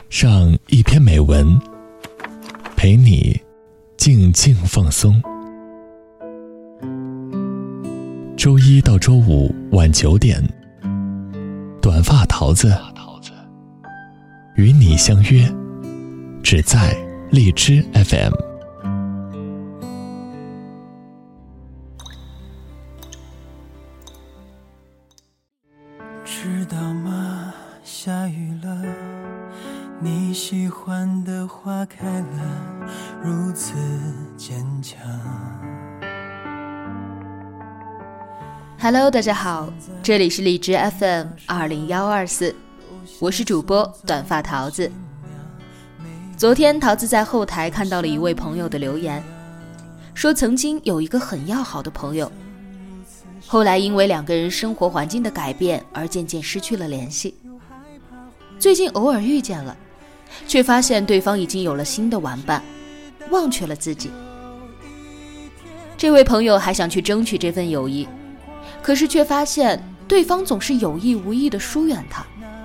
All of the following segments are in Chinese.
上一篇美文，陪你静静放松。周一到周五晚9点，短发桃子与你相约，只在荔枝 FM。 知道吗？下雨了，你喜欢的花开了，如此坚强。 Hello， 大家好，这里是荔枝 FM 20124，我是主播短发桃子。昨天桃子在后台看到了一位朋友的留言，说曾经有一个很要好的朋友，后来因为两个人生活环境的改变而渐渐失去了联系。最近偶尔遇见了，却发现对方已经有了新的玩伴，忘却了自己。这位朋友还想去争取这份友谊，可是却发现对方总是有意无意地疏远他。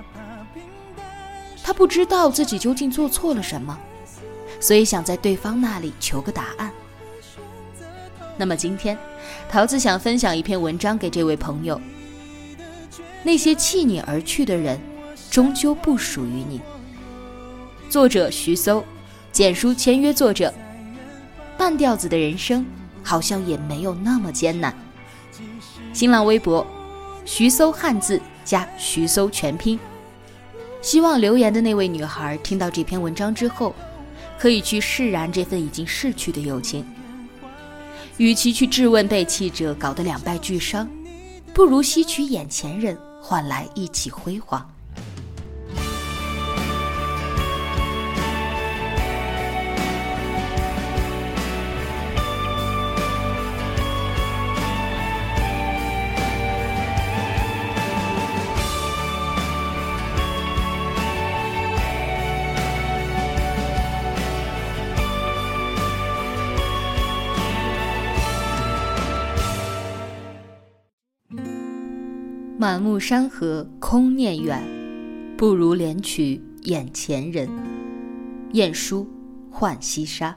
他不知道自己究竟做错了什么，所以想在对方那里求个答案。那么今天桃子想分享一篇文章给这位朋友，那些弃你而去的人终究不属于你。作者徐搜，简书签约作者。半吊子的人生好像也没有那么艰难。新浪微博徐搜汉字加徐搜全拼。希望留言的那位女孩听到这篇文章之后，可以去释然这份已经逝去的友情。与其去质问被弃者搞得两败俱伤，不如吸取眼前人换来一起辉煌。满目山河空念远，不如怜取眼前人。晏殊浣溪沙。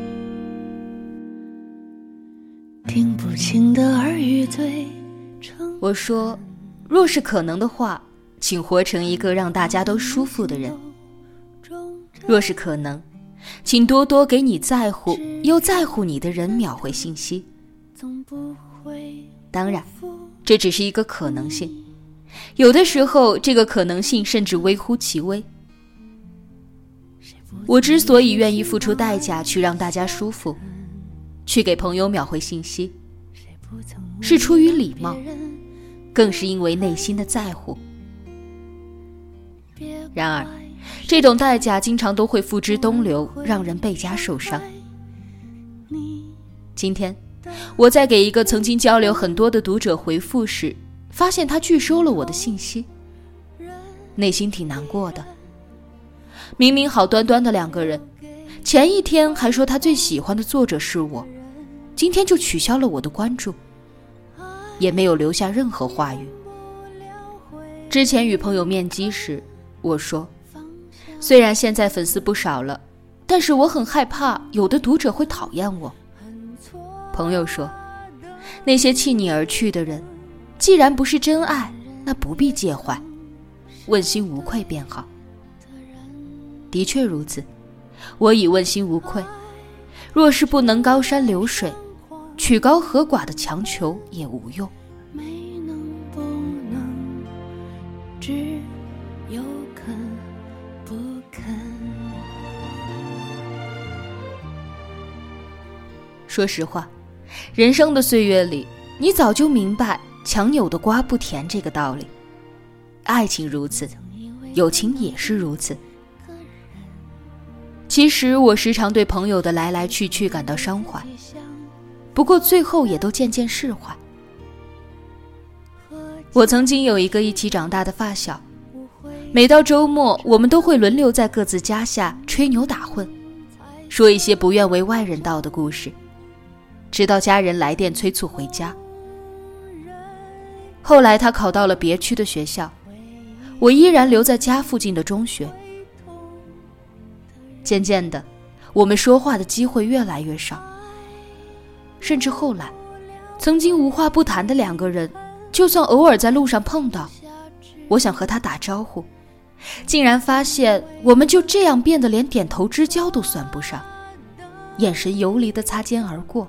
听不清的耳语最我说，若是可能的话，请活成一个让大家都舒服的人。若是可能，请多多给你在乎又在乎你的人秒回信息。当然，这只是一个可能性，有的时候这个可能性甚至微乎其微。我之所以愿意付出代价去让大家舒服，去给朋友秒回信息，是出于礼貌，更是因为内心的在乎。然而这种代价经常都会付之东流，让人倍加受伤。今天我在给一个曾经交流很多的读者回复时，发现他拒收了我的信息，内心挺难过的。明明好端端的两个人，前一天还说他最喜欢的作者是我，今天就取消了我的关注，也没有留下任何话语。之前与朋友面基时，我说，虽然现在粉丝不少了，但是我很害怕有的读者会讨厌我。朋友说，那些弃你而去的人，既然不是真爱，那不必介怀，问心无愧便好。的确如此，我已问心无愧。若是不能高山流水，曲高和寡的强求也无用。 没能不能，只有肯不肯。 说实话，人生的岁月里，你早就明白强扭的瓜不甜这个道理。爱情如此，友情也是如此。其实我时常对朋友的来来去去感到伤怀，不过最后也都渐渐释怀。我曾经有一个一起长大的发小，每到周末我们都会轮流在各自家下吹牛打混，说一些不愿为外人道的故事，直到家人来电催促回家。后来他考到了别区的学校，我依然留在家附近的中学。 渐渐的，我们说话的机会越来越少，甚至后来，曾经无话不谈的两个人，就算偶尔在路上碰到，我想和他打招呼，竟然发现我们就这样变得连点头之交都算不上，眼神游离地擦肩而过。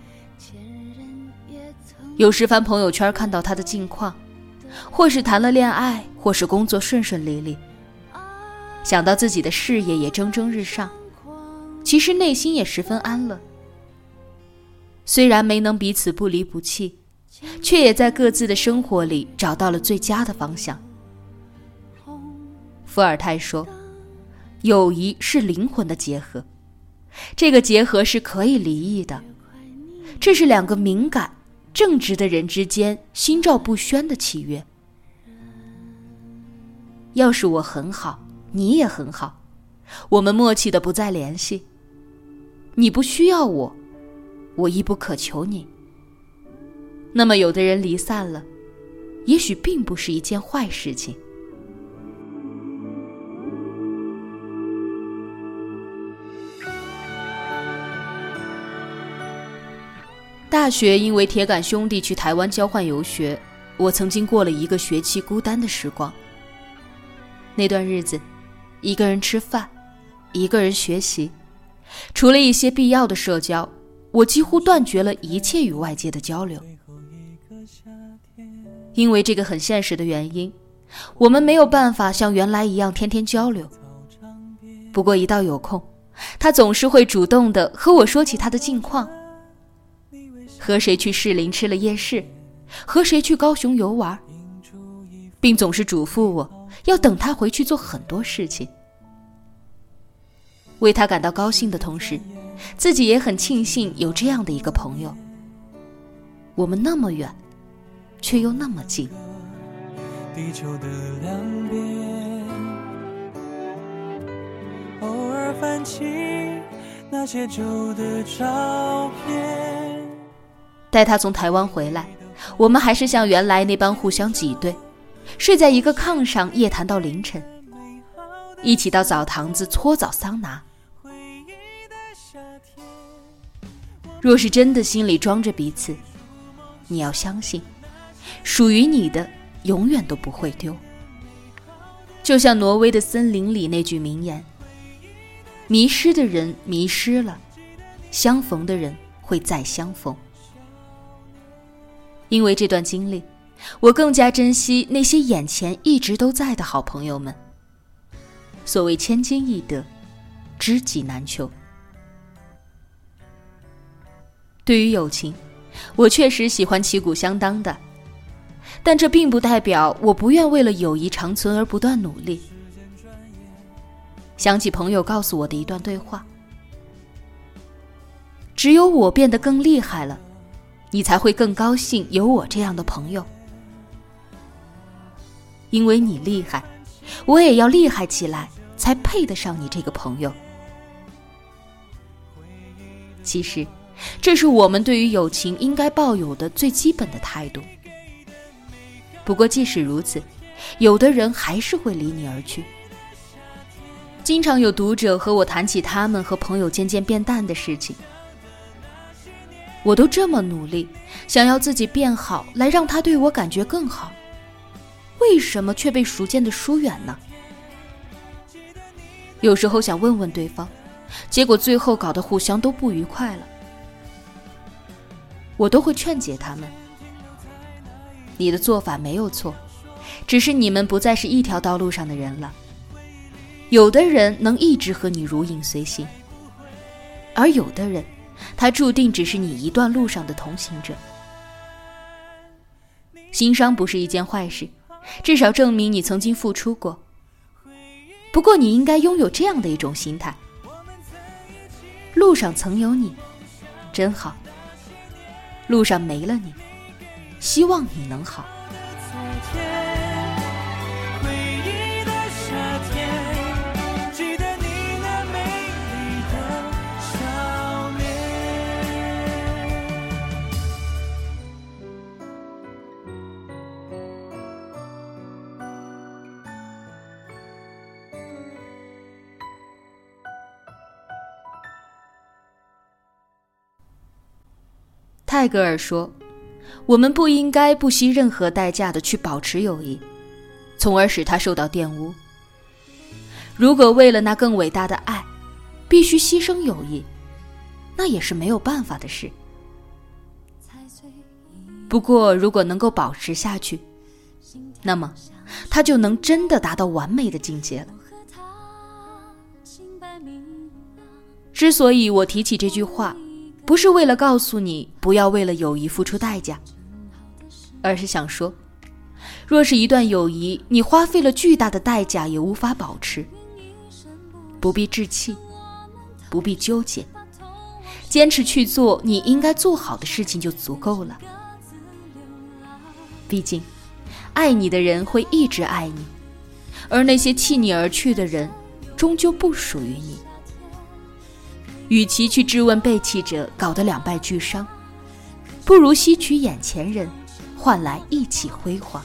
有时翻朋友圈看到他的近况，或是谈了恋爱，或是工作顺顺利利，想到自己的事业也蒸蒸日上，其实内心也十分安乐。虽然没能彼此不离不弃，却也在各自的生活里找到了最佳的方向。伏尔泰说，友谊是灵魂的结合，这个结合是可以离异的，这是两个敏感正直的人之间心照不宣的契约。要是我很好，你也很好，我们默契的不再联系，你不需要我，我亦不渴求你，那么有的人离散了，也许并不是一件坏事情。大学因为铁杆兄弟去台湾交换游学，我曾经过了1个学期孤单的时光。那段日子，一个人吃饭，一个人学习，除了一些必要的社交，我几乎断绝了一切与外界的交流。因为这个很现实的原因，我们没有办法像原来一样天天交流。不过一到有空，他总是会主动地和我说起他的近况，和谁去士林吃了夜市，和谁去高雄游玩，并总是嘱咐我要等他回去做很多事情。为他感到高兴的同时，自己也很庆幸有这样的一个朋友。我们那么远，却又那么近。 地球的两边，偶尔翻起那些旧的照片。 待他从台湾回来，我们还是像原来那般互相挤兑，睡在一个炕上夜谈到凌晨，一起到澡堂子搓澡桑拿。若是真的心里装着彼此，你要相信，属于你的永远都不会丢。就像挪威的森林里那句名言，迷失的人迷失了，相逢的人会再相逢。因为这段经历，我更加珍惜那些眼前一直都在的好朋友们。所谓千金易得，知己难求。对于友情，我确实喜欢旗鼓相当的，但这并不代表我不愿为了友谊长存而不断努力。想起朋友告诉我的一段对话，只有我变得更厉害了，你才会更高兴有我这样的朋友。因为你厉害，我也要厉害起来，才配得上你这个朋友。其实这是我们对于友情应该抱有的最基本的态度。不过即使如此，有的人还是会离你而去。经常有读者和我谈起他们和朋友渐渐变淡的事情，我都这么努力，想要自己变好，来让他对我感觉更好，为什么却被逐渐的疏远呢？有时候想问问对方，结果最后搞得互相都不愉快了。我都会劝解他们，你的做法没有错，只是你们不再是一条道路上的人了。有的人能一直和你如影随形，而有的人他注定只是你一段路上的同行者。心伤不是一件坏事，至少证明你曾经付出过。不过你应该拥有这样的一种心态，路上曾有你，真好；路上没了你，希望你能好。 泰戈尔说，我们不应该不惜任何代价地去保持友谊，从而使它受到玷污。如果为了那更伟大的爱，必须牺牲友谊，那也是没有办法的事。不过如果能够保持下去，那么它就能真的达到完美的境界了。之所以我提起这句话，不是为了告诉你不要为了友谊付出代价，而是想说，若是一段友谊你花费了巨大的代价也无法保持，不必置气，不必纠结，坚持去做你应该做好的事情就足够了。毕竟爱你的人会一直爱你，而那些弃你而去的人终究不属于你。与其去质问背弃者，搞得两败俱伤，不如吸取眼前人，换来一起辉煌。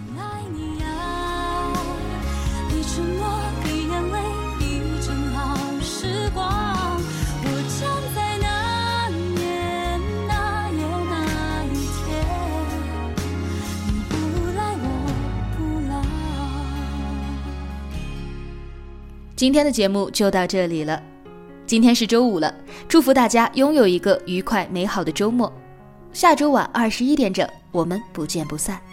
今天的节目就到这里了。今天是周五了，祝福大家拥有一个愉快美好的周末。下周晚21点整，我们不见不散。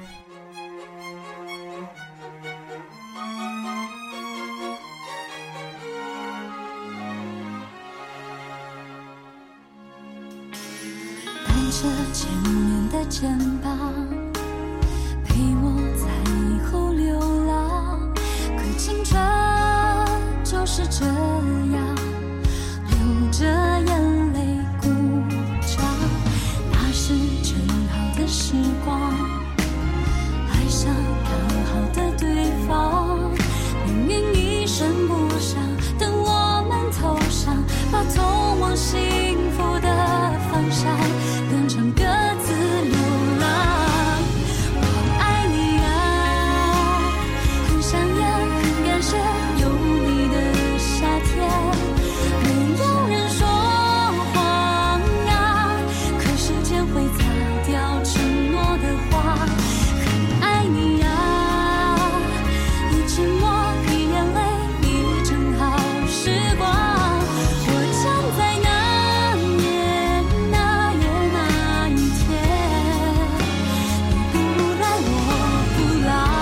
带着前面的肩膀，陪我在后流浪，可青春就是这样，流着眼泪鼓掌，那是正好的时光，爱上刚好的对方，命运一声不响，等我们头上，把通往幸福的方向变成各自流浪。我爱你啊，很想念，很感谢有你的夏天，没有人说谎啊，可时间会擦掉承诺的话。很爱你啊，一寂寞，一眼泪，一正好时光。我站在那年那月那一天，你不来我不老。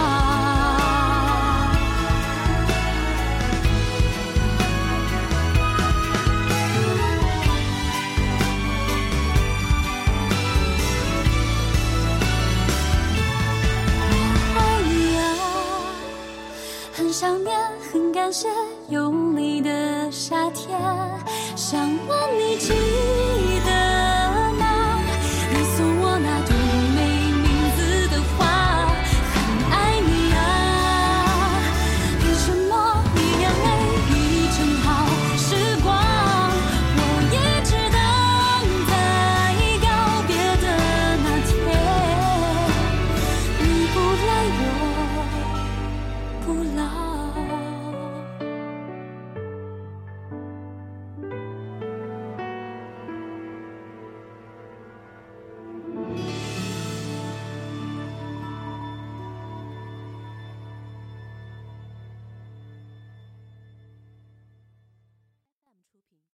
我爱你啊，很想念，很感谢有你的夏天，想问你记得吗？你送我那朵没名字的花。很爱你啊，一沉默，一眼泪，一正好时光。我一直等在告别的那天，你不来我不老。